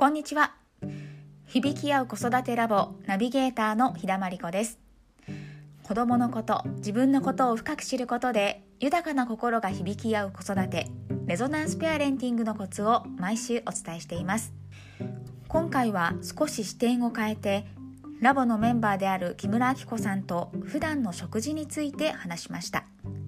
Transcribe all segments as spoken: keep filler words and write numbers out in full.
こんにちは。響き合う子育てラボナビゲーターの日田真理子です。子どものこと、自分のことを深く知ることで豊かな心が響き合う子育て、レゾナンスペアレンティングのコツを毎週お伝えしています。今回は少し視点を変えて、ラボのメンバーである木村明子さんと普段の食事について話しました。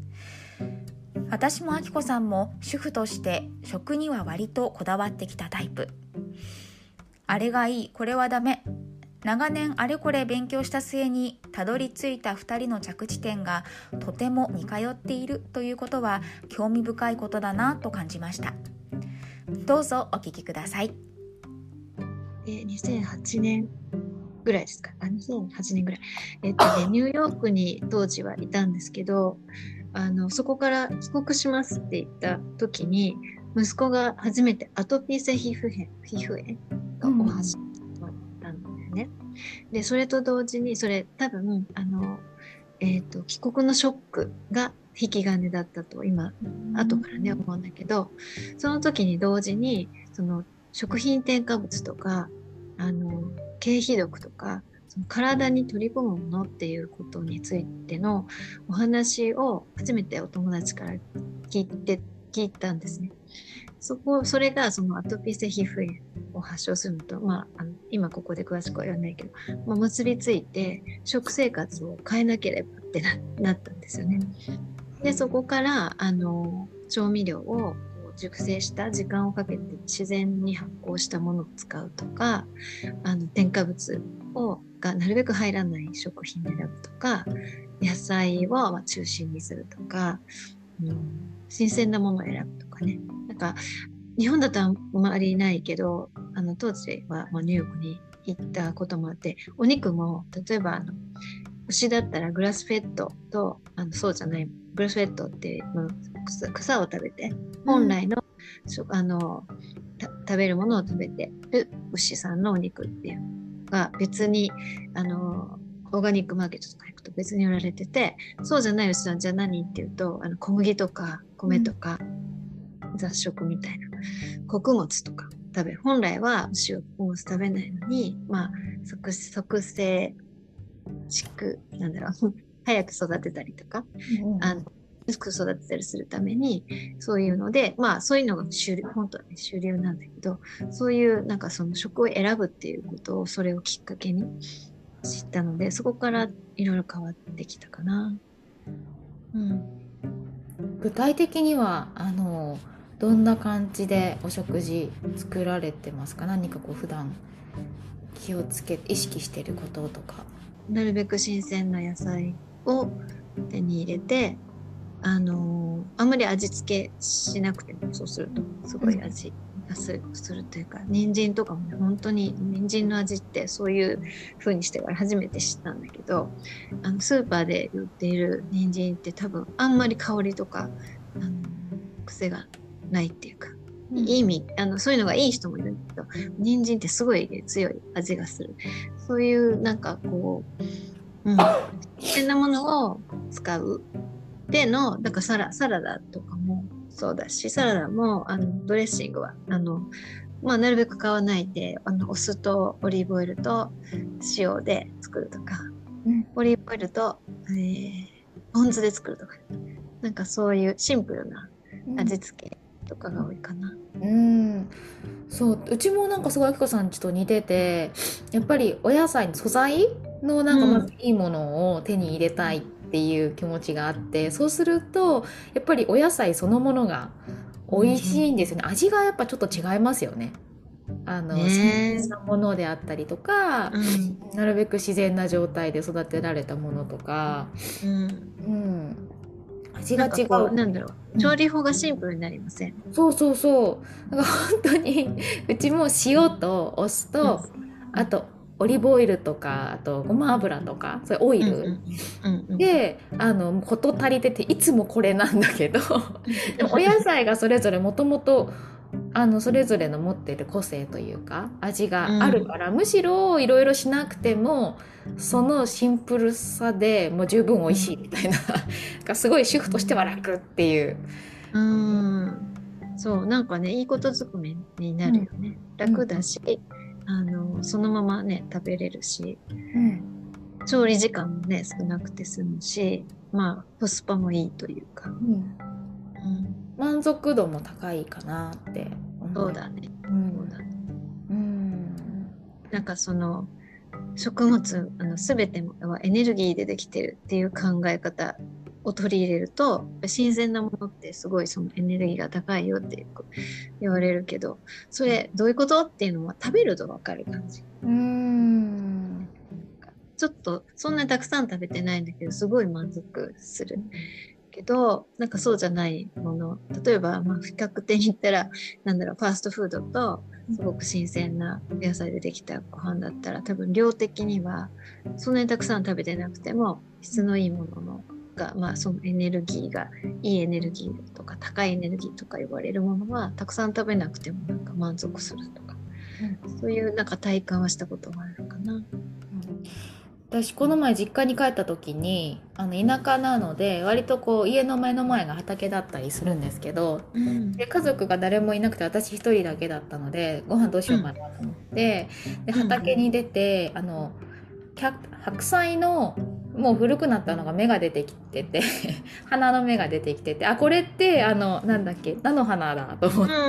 私も明子さんも主婦として食には割とこだわってきたタイプ。あれがいい、これはダメ、長年あれこれ勉強した末にたどり着いたふたりの着地点がとても似通っているということは興味深いことだなと感じました。どうぞお聞きください。 えにせんはちねんぐらいですか。あ、にせんはちねんぐらい。えっとね、ニューヨークに当時はいたんですけど、あのそこから帰国しますって言った時に、息子が初めてアトピー性皮膚炎、皮膚炎がお発症したんだよね。うん、で、それと同時に、それ多分、あの、えっと、帰国のショックが引き金だったと、今、後からね、思うんだけど、その時に同時に、その、食品添加物とか、あの、経皮毒とか、その体に取り込むものっていうことについてのお話を初めてお友達から聞いて、聞いたんですね。そこ、それがそのアトピー性皮膚炎を発症するのと、まあ、あの今ここで詳しくは言わないけど、まあ、結びついて食生活を変えなければって な, なったんですよね。で、そこからあの調味料を熟成した時間をかけて自然に発酵したものを使うとか、あの添加物をがなるべく入らない食品を選ぶとか、野菜をまあ中心にするとか、うん、新鮮なものを選ぶとかね。なんか日本だとあんまりないけど、あの当時はまあニューヨークに行ったこともあって、お肉も例えばあの牛だったらグラスフェッドとあのそうじゃないグラスフェッドっていうの草、草を食べて本来の、うん、あの食べるものを食べてる牛さんのお肉っていうのが別にあのオーガニックマーケットとか行くと別に売られてて、そうじゃない牛はじゃあ何っていうと、あの小麦とか米とか、うん、雑食みたいな穀物とか食べる。本来は牛は穀物食べないのに、まあ促促成畜なんだろう早く育てたりとか、うん、あの薄く育てたりするためにそういうので、まあそういうのが主流、本当は、ね、主流なんだけど、そういうなんかその食を選ぶっていうことをそれをきっかけに知ったので、そこからいろいろ変わってきたかな。 うん、具体的にはあのどんな感じでお食事作られてますか？何かこう普段気をつけ意識していることとか。 なるべく新鮮な野菜を手に入れて、あのあんまり味付けしなくても、そうするとすごい味がする、するというか、人参とかもね、本当に人参の味ってそういう風にしてから初めて知ったんだけど、あのスーパーで売っている人参って多分あんまり香りとかあの癖がないっていうか、いい意味、あのそういうのがいい人もいるんだけど、人参ってすごい強い味がする。そういうなんかこう、うん、新鮮なものを使うでの、だからサラ、サラダとかもそうだし、サラダもあのドレッシングはあの、まあ、なるべく買わないで、あのお酢とオリーブオイルと塩で作るとか、うん、オリーブオイルと、えー、ポン酢で作るとか、なんかそういうシンプルな味付けとかが多いかな。 うん、そう、うちもなんかすごいあきこさんちと似てて、やっぱりお野菜の素材のなんかまずいいものを手に入れたいっていう気持ちがあって、そうするとやっぱりお野菜そのものが美味しいんですよね。味がやっぱちょっと違いますよね。あの、 ね、 新鮮なものであったりとか、うん、なるべく自然な状態で育てられたものとか、うん、うん、味が違う。 なんだろう、調理法がシンプルになりません？ うん、そうそうそう。だから本当にうちも塩とお酢と、うん、あとオリーブオイルとか、あとごま油とか、それオイル、うんうんうん、で、あの事足りてていつもこれなんだけどでもお野菜がそれぞれもともとあのそれぞれの持っている個性というか味があるから、うん、むしろいろいろしなくてもそのシンプルさでもう十分美味しいみたいな、うん、すごい主婦としては楽っていう。 うん、 そうなんかねいいことずくめになるよね、うん、楽だし、うん、あのそのままね食べれるし、うん、調理時間もね少なくて済むし、まあコスパもいいというか、うんうん、 満足度も高いかなって思う。 そうだね、うん、そうだね、うん、なんかその食物あの全てはエネルギーでできてるっていう考え方を取り入れると新鮮なものってすごいそのエネルギーが高いよって言われるけど、それどういうことっていうのは食べると分かる感じ。うーんちょっとそんなにたくさん食べてないんだけどすごい満足するけど、なんかそうじゃないもの、例えばまあ比較的に言ったらなんだろうファーストフードとすごく新鮮な野菜でできたご飯だったら多分量的にはそんなにたくさん食べてなくても質のいいもののが、まあ、そのエネルギーがいいエネルギーとか高いエネルギーとか言われるものはたくさん食べなくてもなんか満足するとか、うん、そういうなんか体感はしたことがあるかな。うん、 私この前実家に帰った時にあの田舎なので割とこう家の目の前が畑だったりするんですけど、うん、で家族が誰もいなくて私一人だけだったのでご飯どうしようかなと思って、うん、で畑に出て、あの白菜のもう古くなったのが芽が出てきてて花の芽が出てきてて、あこれってあのなんだっけ菜の花だと思って、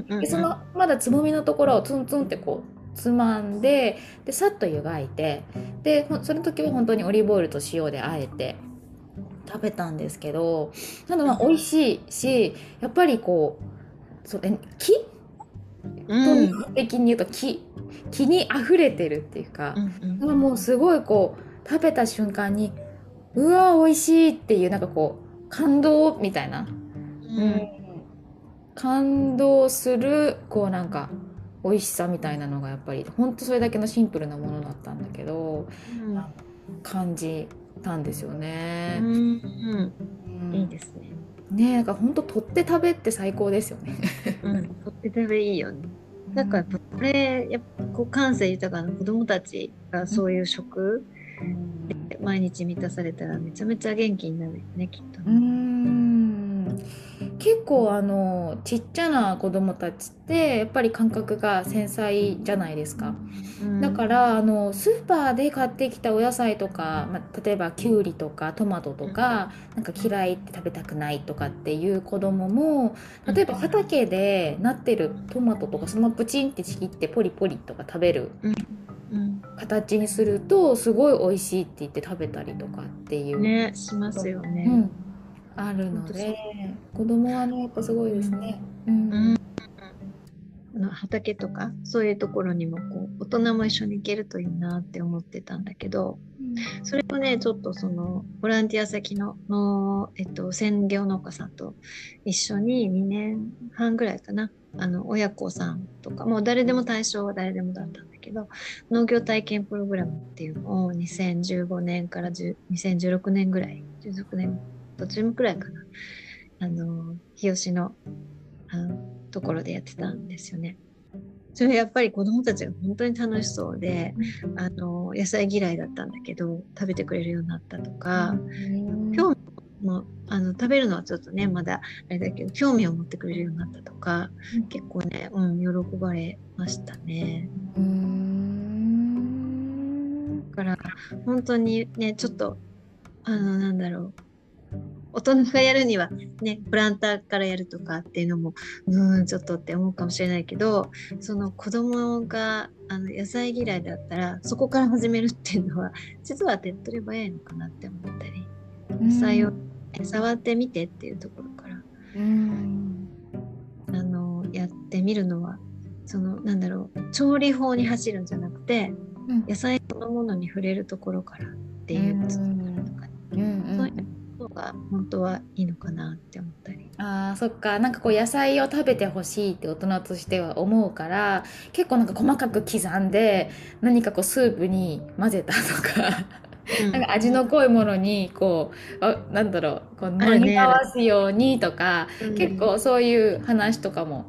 でそのまだつぼみのところをツンツンってこうつまんで、でさっと湯がいて、でその時は本当にオリーブオイルと塩であえて食べたんですけど、ただまあ美味しいし、やっぱりこうそれ木と的に言うと木気に溢れてるっていうか、うんうん、もうすごいこう食べた瞬間にうわ美味しいっていうなんかこう感動みたいな、うんうん、感動するこうなんか美味しさみたいなのがやっぱり本当それだけのシンプルなものだったんだけど、うん、感じたんですよね。うんうんうん、いいですね。 ね、なんか本当取って食べって最高ですよね。 うん、取って食べいいよね。だからこれやっぱこう感性豊かな子どもたちがそういう食で毎日満たされたらめちゃめちゃ元気になるよねきっとね。 うーん結構あのちっちゃな子供たちってやっぱり感覚が繊細じゃないですか、うん、だからあのスーパーで買ってきたお野菜とか、まあ、例えばきゅうりとかトマトとか、うん、なんか嫌いって食べたくないとかっていう子供も例えば畑でなってるトマトとかそのままプチンってちぎってポリポリとか食べる、うんうん、形にするとすごい美味しいって言って食べたりとかっていうねしますよね、 うん、あるので子供はねやっぱすごいですね、うんうんうん、畑とかそういうところにもこう大人も一緒に行けるといいなって思ってたんだけど、うん、それをねちょっとそのボランティア先のの、えっと、専業農家さんと一緒ににねんはんぐらいかなあの親子さんとかもう誰でも対象は誰でもだったんだけど農業体験プログラムっていうのをにせんじゅうごねんからにせんじゅうろくねんぐらいじゅうろくねん途中くらいかなあの日吉のあのところでやってたんですよね。それやっぱり子どもたちが本当に楽しそうで、あの野菜嫌いだったんだけど食べてくれるようになったとか、興味もあの食べるのはちょっとねまだあれだけど興味を持ってくれるようになったとか、結構ね、うん、喜ばれましたね。うーんだから本当にねちょっとあのなんだろう大人がやるにはねプランターからやるとかっていうのもうーんちょっとって思うかもしれないけどその子供があの野菜嫌いだったらそこから始めるっていうのは実は手っ取り早いのかなって思ったり野菜を、ね、触ってみてっていうところからうんあのやってみるのはそのなんだろう調理法に走るんじゃなくて、うん、野菜そのものに触れるところからっていうとか、うんうんうん、そういうが本当はいいのかなって思ったり。 あーそっかなんかこう野菜を食べてほしいって大人としては思うから結構なんか細かく刻んで何かこうスープに混ぜたとか、うん、なんか味の濃いものにこうあなんだろうこう間に合わすようにとか、ね、結構そういう話とかも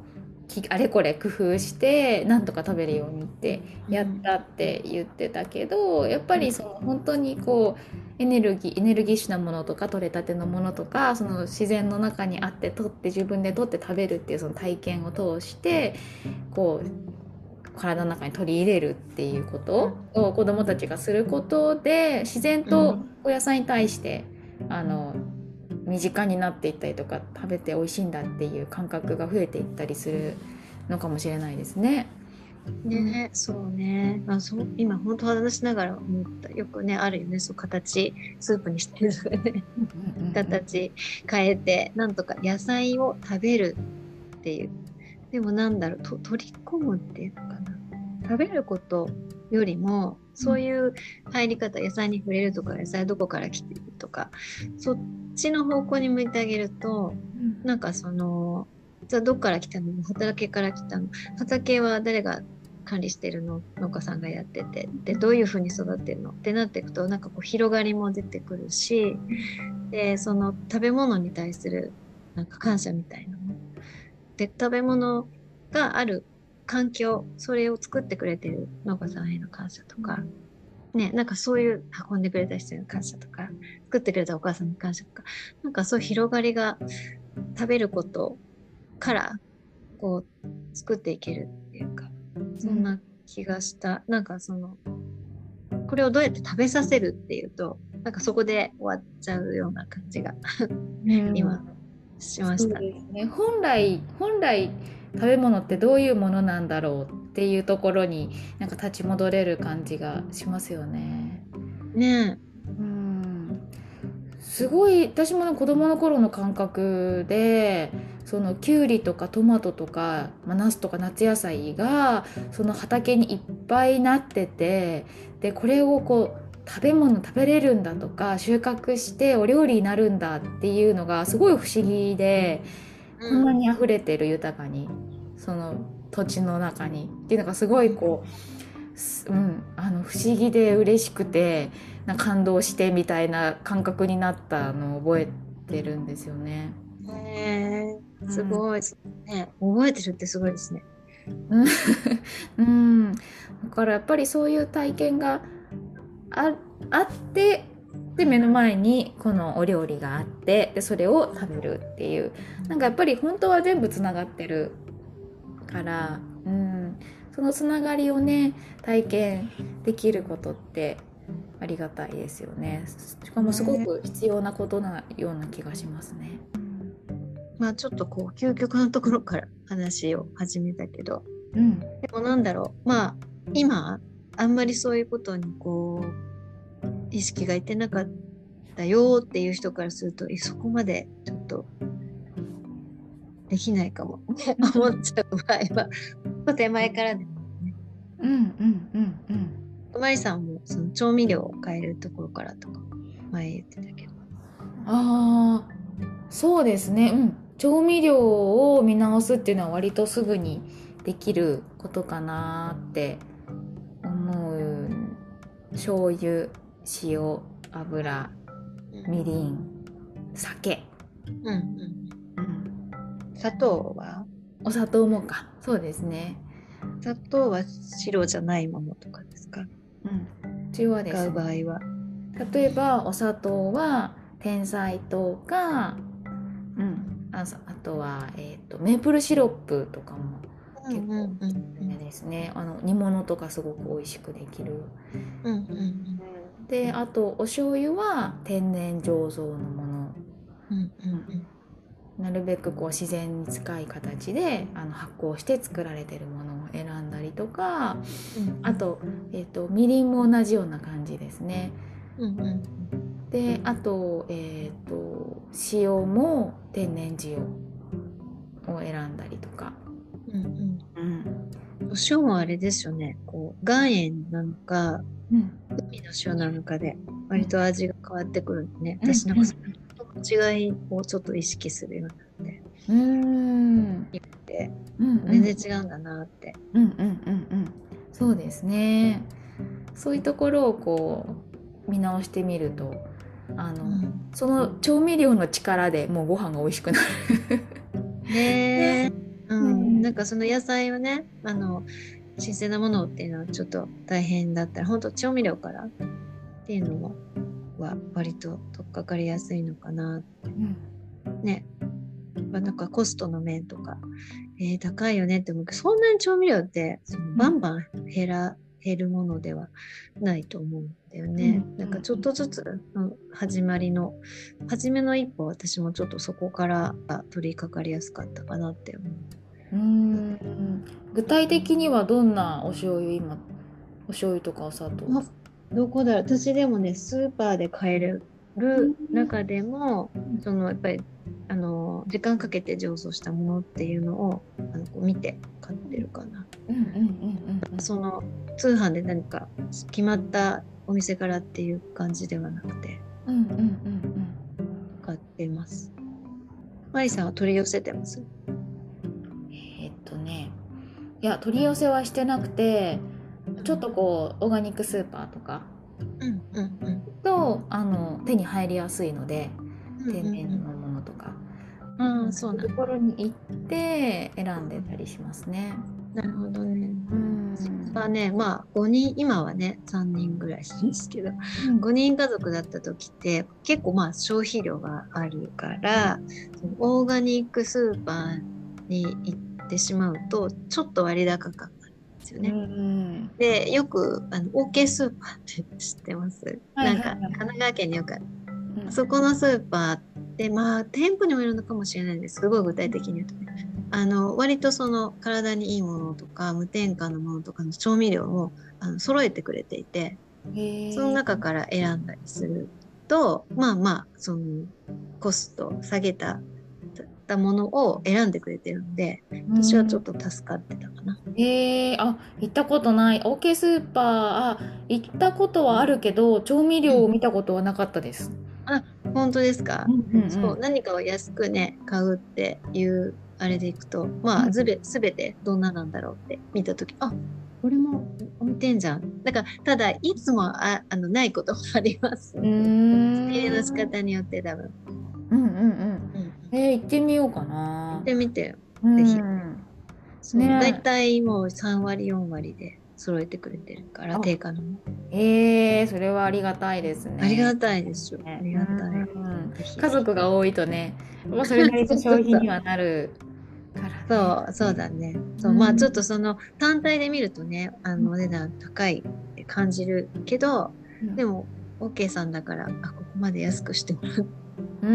きあれこれ工夫してなんとか食べるようにってやったって言ってたけど、やっぱりその本当にこうエネルギーエネルギッシュなものとか取れたてのものとか、その自然の中にあって取って自分で取って食べるっていうその体験を通してこう体の中に取り入れるっていうことを子どもたちがすることで、自然とお野菜に対してあの身近になっていったりとか、食べて美味しいんだっていう感覚が増えていったりするのかもしれないですね。 ね、そうね。あ、そう、今本当話しながら思った。よくね、あるよね。そう、形、スープにしてるとかね。形変えて、なんとか野菜を食べるっていう。でもなんだろう、と取り込むっていうのかな。食べることよりも、そういう入り方、野菜に触れるとか、野菜どこから来てるとか、そっちの方向に向いてあげると、なんかその、じゃあどっから来たの？畑から来たの？畑は誰が管理してるの？農家さんがやってて、でどういうふうに育ってるのってなっていくと、なんかこう広がりも出てくるし、でその食べ物に対するなんか感謝みたいなので、食べ物がある環境、それを作ってくれてる農家さんへの感謝とか、ね、なんかそういう運んでくれた人への感謝とか、作ってくれたお母さんに感謝とか、なんかそういう広がりが食べることからこう作っていけるっていうか、そんな気がした。なんかそのこれをどうやって食べさせるっていうと、なんかそこで終わっちゃうような感じが今しましたね。 そうですね。本来本来食べ物ってどういうものなんだろうっていうところになんか立ち戻れる感じがしますよね。 ねうん、すごい私もね子供の頃の感覚で、そのキュウリとかトマトとか、まあ、ナスとか夏野菜がその畑にいっぱいなってて、でこれをこう食べ物食べれるんだとか収穫してお料理になるんだっていうのがすごい不思議で、 え、 こんなうん、 に溢れてる豊かにその土地の中にっていうのがすごいこう、すうん、あの不思議で嬉しくてな感動してみたいな感覚になったのを覚えてるんですよね。 へえ、 うん、 すごいね。覚えてるってすごいですね。 うんうんだからやっぱりそういう体験があ、あってで目の前にこのお料理があってでそれを食べるっていう、なんかやっぱり本当は全部つながってるから、うん、そのつながりをね体験できることってありがたいですよね。しかもすごね、 く必要なことなような気がしますね。 まあちょっとこう究極のところから話を始めたけど、 うん、 でもなんだろう、まあ今あんまりそういうことにこう意識がいってなかったよっていう人からすると、えそこまでちょっとできないかもって思っちゃう場合は、手前からでもね。 うんうんうんうんマリさんもその調味料を変えるところからとか前言ってたけど。 ああ、そうですね。うん。調味料を見直すっていうのは割とすぐにできることかなって思う。醤油、塩、油、みりん、酒。 うんうん。 うん。 砂糖はお砂糖もか。そうですね。 砂糖は白じゃないものとかですか？ うん。うちはで使うすね。 場合は。 例えばお砂糖は天才糖か、うん。あ、そあとは、えっと、メープルシロップとかもうんうん結構うんうん。 ですね。あの煮物とかすごく美味しくできる。 うんうんで、あとお醤油は天然醸造のもの。 うんうんうんなるべくこう自然に近い形であの発酵して作られてるものを選んだりとか、 うんあと、えっと、みりんも同じような感じですね。 うんうんで、あと、えっと、塩も天然塩を選んだりとか。 うんうんうん。 うん。お塩もあれですよね。こう岩塩なのかうん。 海の塩なのかでうん。 割と味が変わってくるんでね。 うん。 私なんかその違いをちょっと意識するようになってうん。 いて、 うん。うん。 全然違うんだなって。 うんうんうんうん。そうですね。そういうところをこう見直してみると、あのうん、 その調味料の力でもうご飯が美味しくなる。 ねえ。 うん、なんかその野菜をね、あの新鮮なものっていうのはちょっと大変だったら、本当調味料からっていうのもは割と取っかかりやすいのかなってね。まあ、なんかコストの面とか、えー、高いよねって思うけど、そんなに調味料ってそのバンバン減ら、減るものではないと思うんだよね。なんかちょっとずつの始まりの初めの一歩、私もちょっとそこから取り掛かりやすかったかなって思う。 うーん、具体的にはどんなお醤油今、お醤油とかお砂糖。 あ、どこだろう。私でもね、スーパーで買える中でも、そのやっぱりあの時間かけて醸造したものっていうのをあのこう見て買ってるかな。 うんうんうんうん。 その通販で何か決まったお店からっていう感じではなくてうんうんうん買ってます。マリさんは取り寄せてます？ うん。えーっとね、いや取り寄せはしてなくて、ちょっとこうオーガニックスーパーとかうんうんうんとあの手に入りやすいので、 うんうん天然のものとか、 うん。ああ、 そういうとそうなんだ。 ころに行って選んでたりしますね。 なるほどね。 うん。 はね、まあごにん、今はねさんにんぐらいですけど、 うんごにん家族だった時って結構まあ消費量があるから、そのオーガニックスーパーに行ってしまうとちょっと割高感があるんですようね。 ん。 で、よくあの オーケー スーパーって知ってます？なんかはいはいはい。 神奈川県によくある。 うんそこのスーパーってまあ店舗にもよるのかもしれないんです。すごい具体的に言うとね。あの割とその体にいいものとか無添加のものとかの調味料をあの揃えてくれていて、そのへえ。 中から選んだりすると、まあまあそのコスト下げたたものを選んでくれてるので、 う私はちょっん。 と助かってたかな。 へえ、あ、行ったことない。オーケースーパー、あ、行ったことはあるけど、調味うん。 料を見たことはなかったです。 あ、本当ですか？ うんうんうそう、 ん。 何かを安くね、買うっていうあれでいくと、まあ、 うん。 ずべ、すべてどんななんだろうって見たとき、あ、これも置いてんじゃん。だから、ただ、いつもあ、あの、ないこともあります。 うー仕入れの仕ん。 方によって多分。 うんうんうん。 うん。 えー、行ってみようか行っな。 てみてよ。 うぜひ。 ん。 そう。だいねたいもうさん割、よん割で揃えてくれてるかえ。 ら、 あ、 定価のも。 えー、それはありがたいですありがね。 たいですよ。あね、うりがたい。 ん。 ぜひ家ぜひ。 族が多いとね、まあそれなりのそうそうそう。 消費にはなるからね。 そう、そうだね。そう、まあちょっうん。 とその単体で見るとね、あのお値段高いって感じるけど、でも OK さんだから、あ、ここまで安くしてもらう。 うん。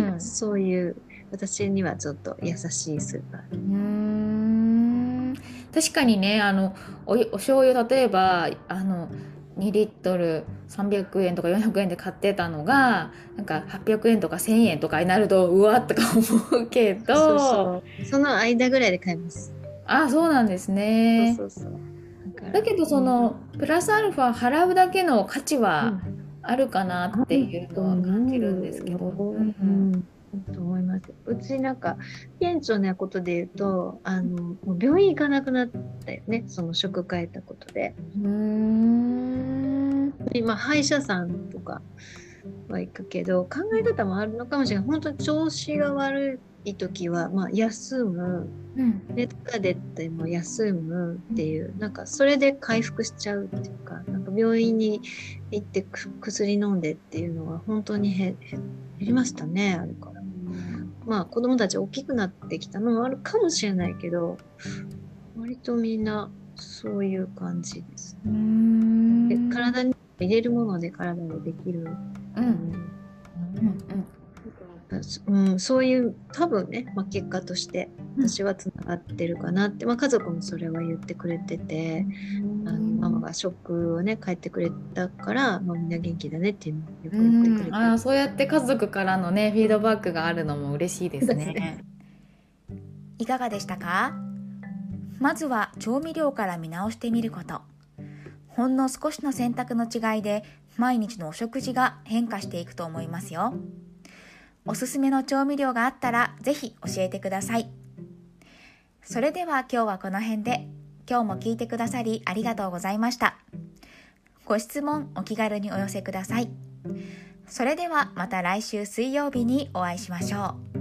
うん。 そういう私にはちょっと優しいスーパー。 うーん、確かにね、あの、お、お醤油、例えば、あの、にリットルさんびゃくえんとかよんひゃくえんで買ってたのが、なんかはっぴゃくえんとかせんえんとかになると、うわっとか思うけそうそど、 う。その間ぐらいで買います。 あ、そうなんですそうね。 そうそう。だから、 だけど、そうん。 の、プラスアルファ払うだけの価値はうん。 あるかなってあるいうのは感と思じるんですうけど。うよ。うん。 ん。いいと思います。うちなんか、顕著なことで言うと、あの、もう病院行かなくなったよね。その職変えたことで。 うーん。 今、歯医者さんとかは行くけど、考え方もあるのかもしれない。本当に調子が悪い時は、まあ、休む。 うん。 熱が出ても休むっていう、なんかそれで回復しちゃうっていうか、なんか病院に行ってく薬飲んでっていうのは本当にへ減りましたね、あれから。まあ子供たち大きくなってきたのもあるかもしれないけど、割とみんなそういう感じです。 うーで、 ん。 体に入れるもので体でできる。 うん。 うんうんうん、そういう多分ね、まあ、結果としてうん私はつながってるかなって、まあ、家族もそれは言ってくれてて、あのママが食をね帰ってくれたから、まあ、みんな元気だねっていうのをよくう言ってくん。 れてる。 ああ、そうやって家族からのね、フィードバックがあるのも嬉しいですですね。 ね。いかがでしたか？まずは調味料から見直してみること。ほんの少しの選択の違いで毎日のお食事が変化していくと思いますよ。おすすめの調味料があったらぜひ教えてください。それでは今日はこの辺で。今日も聞いてくださりありがとうございました。ご質問お気軽にお寄せください。それではまた来週水曜日にお会いしましょう。